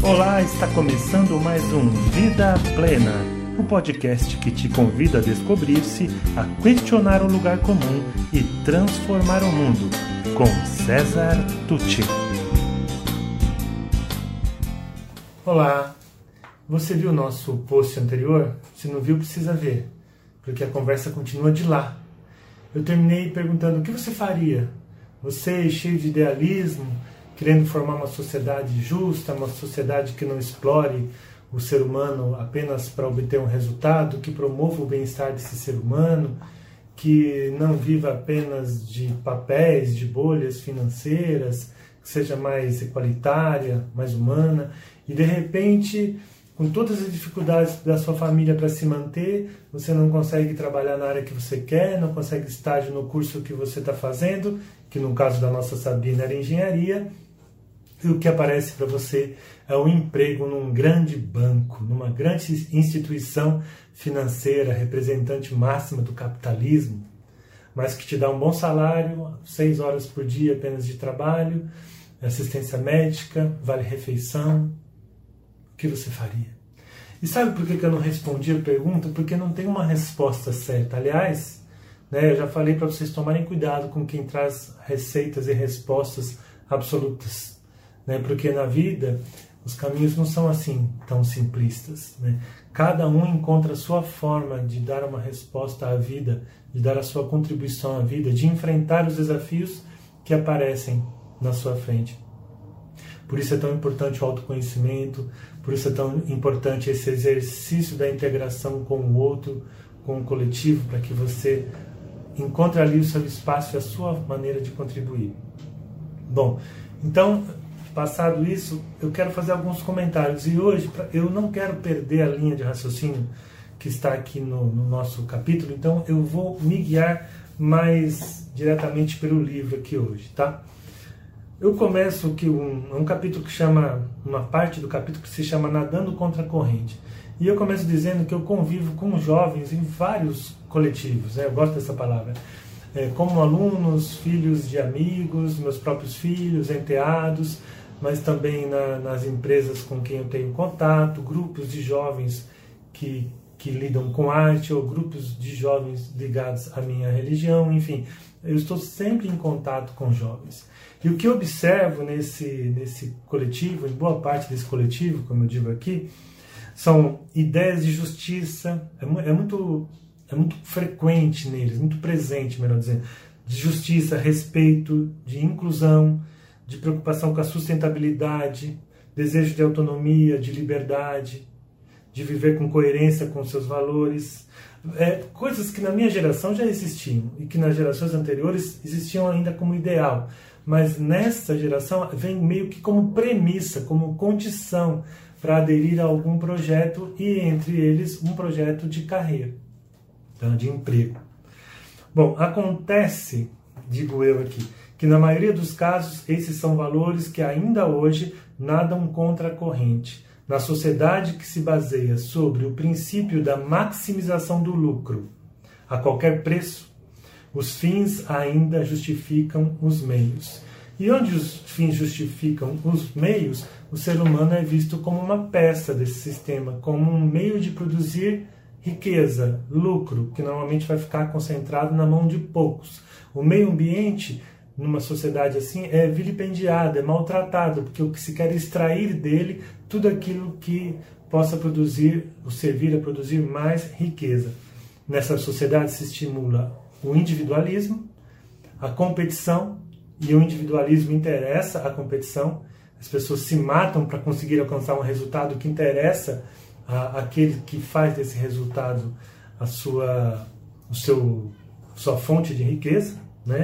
Olá, está começando mais um Vida Plena, o podcast que te convida a descobrir-se, a questionar o lugar comum e transformar o mundo, com César Tucci. Olá, você viu o nosso post anterior? Se não viu, precisa ver, porque a conversa continua de lá. Eu terminei perguntando o que você faria? Você, cheio de idealismo, querendo formar uma sociedade justa, uma sociedade que não explore o ser humano apenas para obter um resultado, que promova o bem-estar desse ser humano, que não viva apenas de papéis, de bolhas financeiras, que seja mais igualitária, mais humana, e de repente, com todas as dificuldades da sua família para se manter, você não consegue trabalhar na área que você quer, não consegue estágio no curso que você está fazendo, que no caso da nossa Sabina era engenharia, e o que aparece para você é um emprego num grande banco, numa grande instituição financeira, representante máxima do capitalismo, mas que te dá um bom salário, 6 horas por dia apenas de trabalho, assistência médica, vale-refeição. O que você faria? E sabe por que eu não respondi a pergunta? Porque não tem uma resposta certa. Aliás, eu já falei para vocês tomarem cuidado com quem traz receitas e respostas absolutas. Porque na vida os caminhos não são assim tão simplistas. Cada um encontra a sua forma de dar uma resposta à vida, de dar a sua contribuição à vida, de enfrentar os desafios que aparecem na sua frente. Por isso é tão importante o autoconhecimento, por isso é tão importante esse exercício da integração com o outro, com o coletivo, para que você encontre ali o seu espaço e a sua maneira de contribuir. Bom, então, passado isso, eu quero fazer alguns comentários. E hoje, eu não quero perder a linha de raciocínio que está aqui no nosso capítulo, então eu vou me guiar mais diretamente pelo livro aqui hoje, tá? Eu começo que um capítulo que chama, uma parte do capítulo que se chama Nadando contra a Corrente. E eu começo dizendo que eu convivo com jovens em vários coletivos, eu gosto dessa palavra, como alunos, filhos de amigos, meus próprios filhos, enteados, mas também nas empresas com quem eu tenho contato, grupos de jovens que lidam com arte, ou grupos de jovens ligados à minha religião, enfim, eu estou sempre em contato com jovens. E o que eu observo nesse coletivo, em boa parte desse coletivo, como eu digo aqui, são ideias de justiça, é muito frequente neles, muito presente, melhor dizendo, de justiça, respeito, de inclusão, de preocupação com a sustentabilidade, desejo de autonomia, de liberdade, de viver com coerência com seus valores, coisas que na minha geração já existiam e que nas gerações anteriores existiam ainda como ideal, mas nessa geração vem meio que como premissa, como condição para aderir a algum projeto, e entre eles um projeto de carreira, então, de emprego. Bom, acontece, digo eu aqui, que na maioria dos casos esses são valores que ainda hoje nadam contra a corrente. Na sociedade que se baseia sobre o princípio da maximização do lucro a qualquer preço, os fins ainda justificam os meios. E onde os fins justificam os meios, o ser humano é visto como uma peça desse sistema, como um meio de produzir riqueza, lucro, que normalmente vai ficar concentrado na mão de poucos. O meio ambiente, numa sociedade assim, é vilipendiado, é maltratado, porque o que se quer é extrair dele tudo aquilo que possa produzir, ou servir a produzir mais riqueza. Nessa sociedade se estimula o individualismo, a competição, e o individualismo interessa a competição. As pessoas se matam para conseguir alcançar um resultado que interessa àquele que faz desse resultado sua fonte de riqueza,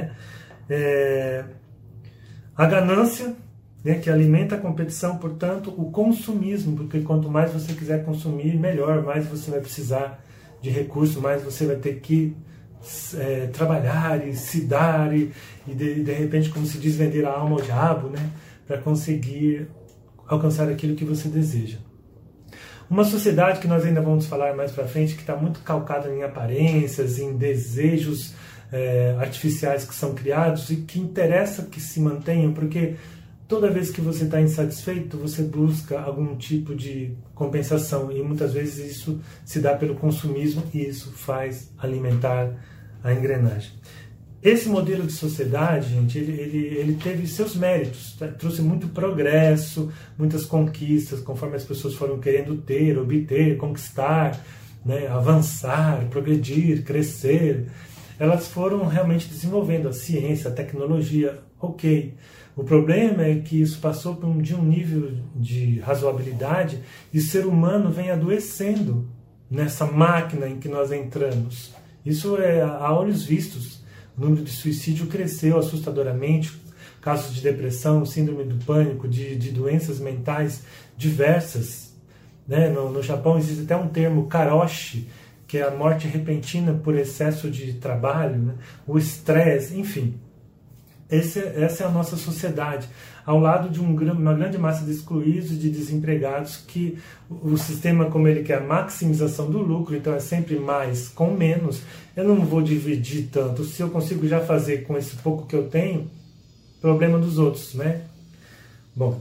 a ganância, que alimenta a competição, portanto, o consumismo, porque quanto mais você quiser consumir, melhor, mais você vai precisar de recursos, mais você vai ter que trabalhar e se dar e de repente, como se diz, vender a alma ao diabo, para conseguir alcançar aquilo que você deseja. Uma sociedade que nós ainda vamos falar mais para frente, que está muito calcada em aparências, em desejos artificiais que são criados e que interessa que se mantenham, porque toda vez que você está insatisfeito, você busca algum tipo de compensação, e muitas vezes isso se dá pelo consumismo, e isso faz alimentar a engrenagem. Esse modelo de sociedade, gente, ele teve seus méritos, tá? Trouxe muito progresso, muitas conquistas, conforme as pessoas foram querendo ter, obter, conquistar, né, avançar, progredir, crescer. Elas foram realmente desenvolvendo a ciência, a tecnologia, ok. O problema é que isso passou de um nível de razoabilidade e o ser humano vem adoecendo nessa máquina em que nós entramos. Isso é a olhos vistos. O número de suicídio cresceu assustadoramente, casos de depressão, síndrome do pânico, de doenças mentais diversas. Né? No Japão existe até um termo karoshi, que é a morte repentina por excesso de trabalho, né? O estresse, enfim. Essa é a nossa sociedade, ao lado de uma grande massa de excluídos e de desempregados, que o sistema, como ele quer a maximização do lucro, então é sempre mais com menos. Eu não vou dividir tanto, se eu consigo já fazer com esse pouco que eu tenho, problema dos outros, né? Bom,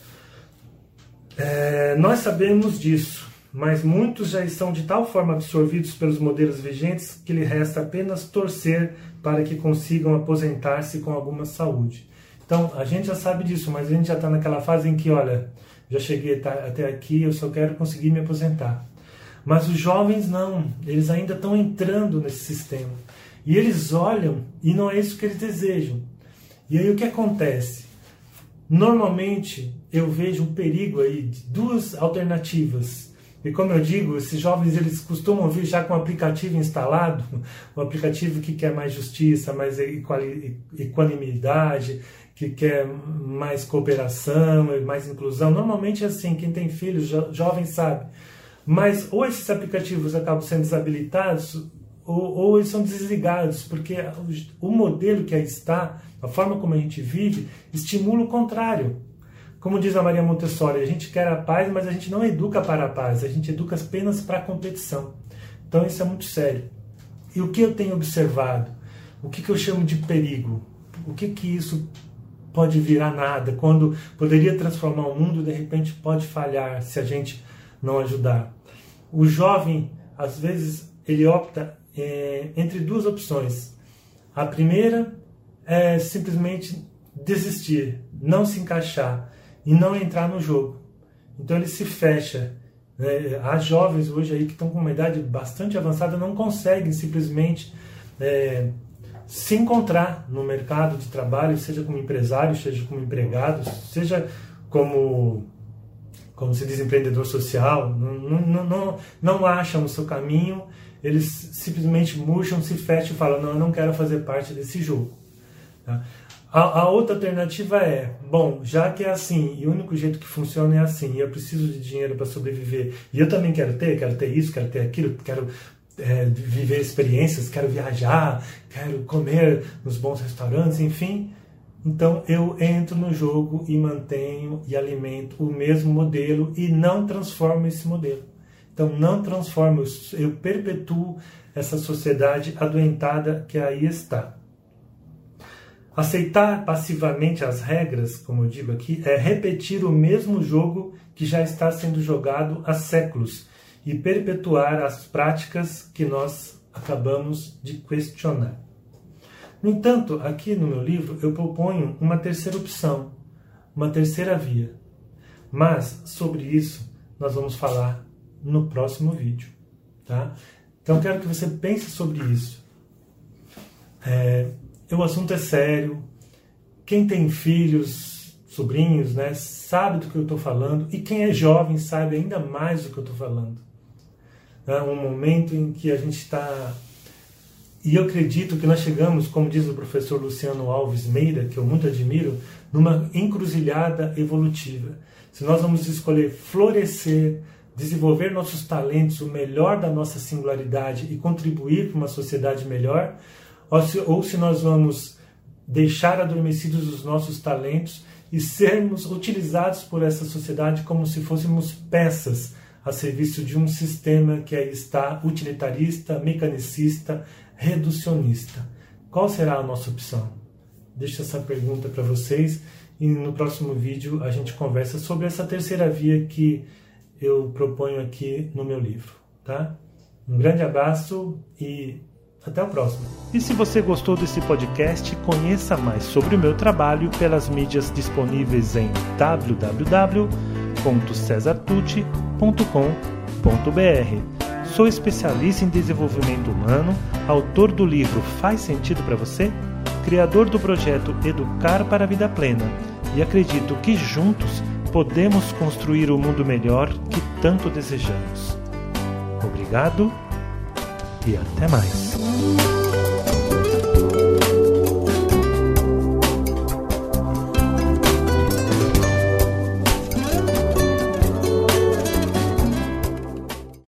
nós sabemos disso, mas muitos já estão de tal forma absorvidos pelos modelos vigentes que lhe resta apenas torcer para que consigam aposentar-se com alguma saúde. Então, a gente já sabe disso, mas a gente já está naquela fase em que, olha, já cheguei até aqui, eu só quero conseguir me aposentar. Mas os jovens não, eles ainda estão entrando nesse sistema. E eles olham e não é isso que eles desejam. E aí o que acontece? Normalmente eu vejo um perigo aí de duas alternativas. E como eu digo, esses jovens eles costumam vir já com o aplicativo instalado, um aplicativo que quer mais justiça, mais equanimidade, que quer mais cooperação, mais inclusão. Normalmente é assim, quem tem filhos, jovem sabe. Mas ou esses aplicativos acabam sendo desabilitados, ou eles são desligados, porque o modelo que aí está, a forma como a gente vive, estimula o contrário. Como diz a Maria Montessori, a gente quer a paz, mas a gente não educa para a paz, a gente educa apenas para a competição. Então isso é muito sério. E o que eu tenho observado? O que eu chamo de perigo? O que isso pode virar nada, quando poderia transformar o mundo, de repente pode falhar se a gente não ajudar? O jovem, às vezes, ele opta entre duas opções. A primeira é simplesmente desistir, não se encaixar e não entrar no jogo. Então ele se fecha. Há jovens hoje aí que estão com uma idade bastante avançada, não conseguem simplesmente se encontrar no mercado de trabalho, seja como empresário, seja como empregado, seja como se diz, empreendedor social. Não acham o seu caminho, eles simplesmente murcham, se fecham e falam, não, eu não quero fazer parte desse jogo. Tá? A outra alternativa é, bom, já que é assim, e o único jeito que funciona é assim, e eu preciso de dinheiro para sobreviver, e eu também quero ter isso, quero ter aquilo, quero viver experiências, quero viajar, quero comer nos bons restaurantes, enfim, então eu entro no jogo e mantenho e alimento o mesmo modelo e não transformo esse modelo. Então não transformo, eu perpetuo essa sociedade adoentada que aí está. Aceitar passivamente as regras, como eu digo aqui, é repetir o mesmo jogo que já está sendo jogado há séculos e perpetuar as práticas que nós acabamos de questionar. No entanto, aqui no meu livro eu proponho uma terceira opção, uma terceira via. Mas sobre isso nós vamos falar no próximo vídeo. Tá? Então eu quero que você pense sobre isso. O assunto é sério. Quem tem filhos, sobrinhos, né, sabe do que eu estou falando. E quem é jovem sabe ainda mais do que eu estou falando. É um momento em que a gente está... E eu acredito que nós chegamos, como diz o professor Luciano Alves Meira, que eu muito admiro, numa encruzilhada evolutiva. Se nós vamos escolher florescer, desenvolver nossos talentos, o melhor da nossa singularidade e contribuir para uma sociedade melhor, ou se nós vamos deixar adormecidos os nossos talentos e sermos utilizados por essa sociedade como se fôssemos peças a serviço de um sistema que aí está utilitarista, mecanicista, reducionista. Qual será a nossa opção? Deixo essa pergunta para vocês e no próximo vídeo a gente conversa sobre essa terceira via que eu proponho aqui no meu livro, tá? Um grande abraço e até o próximo. E se você gostou desse podcast, conheça mais sobre o meu trabalho pelas mídias disponíveis em www.cesartucci.com.br. Sou especialista em desenvolvimento humano, autor do livro Faz Sentido para Você? Criador do projeto Educar para a Vida Plena, e acredito que juntos podemos construir o mundo melhor que tanto desejamos. Obrigado e até mais.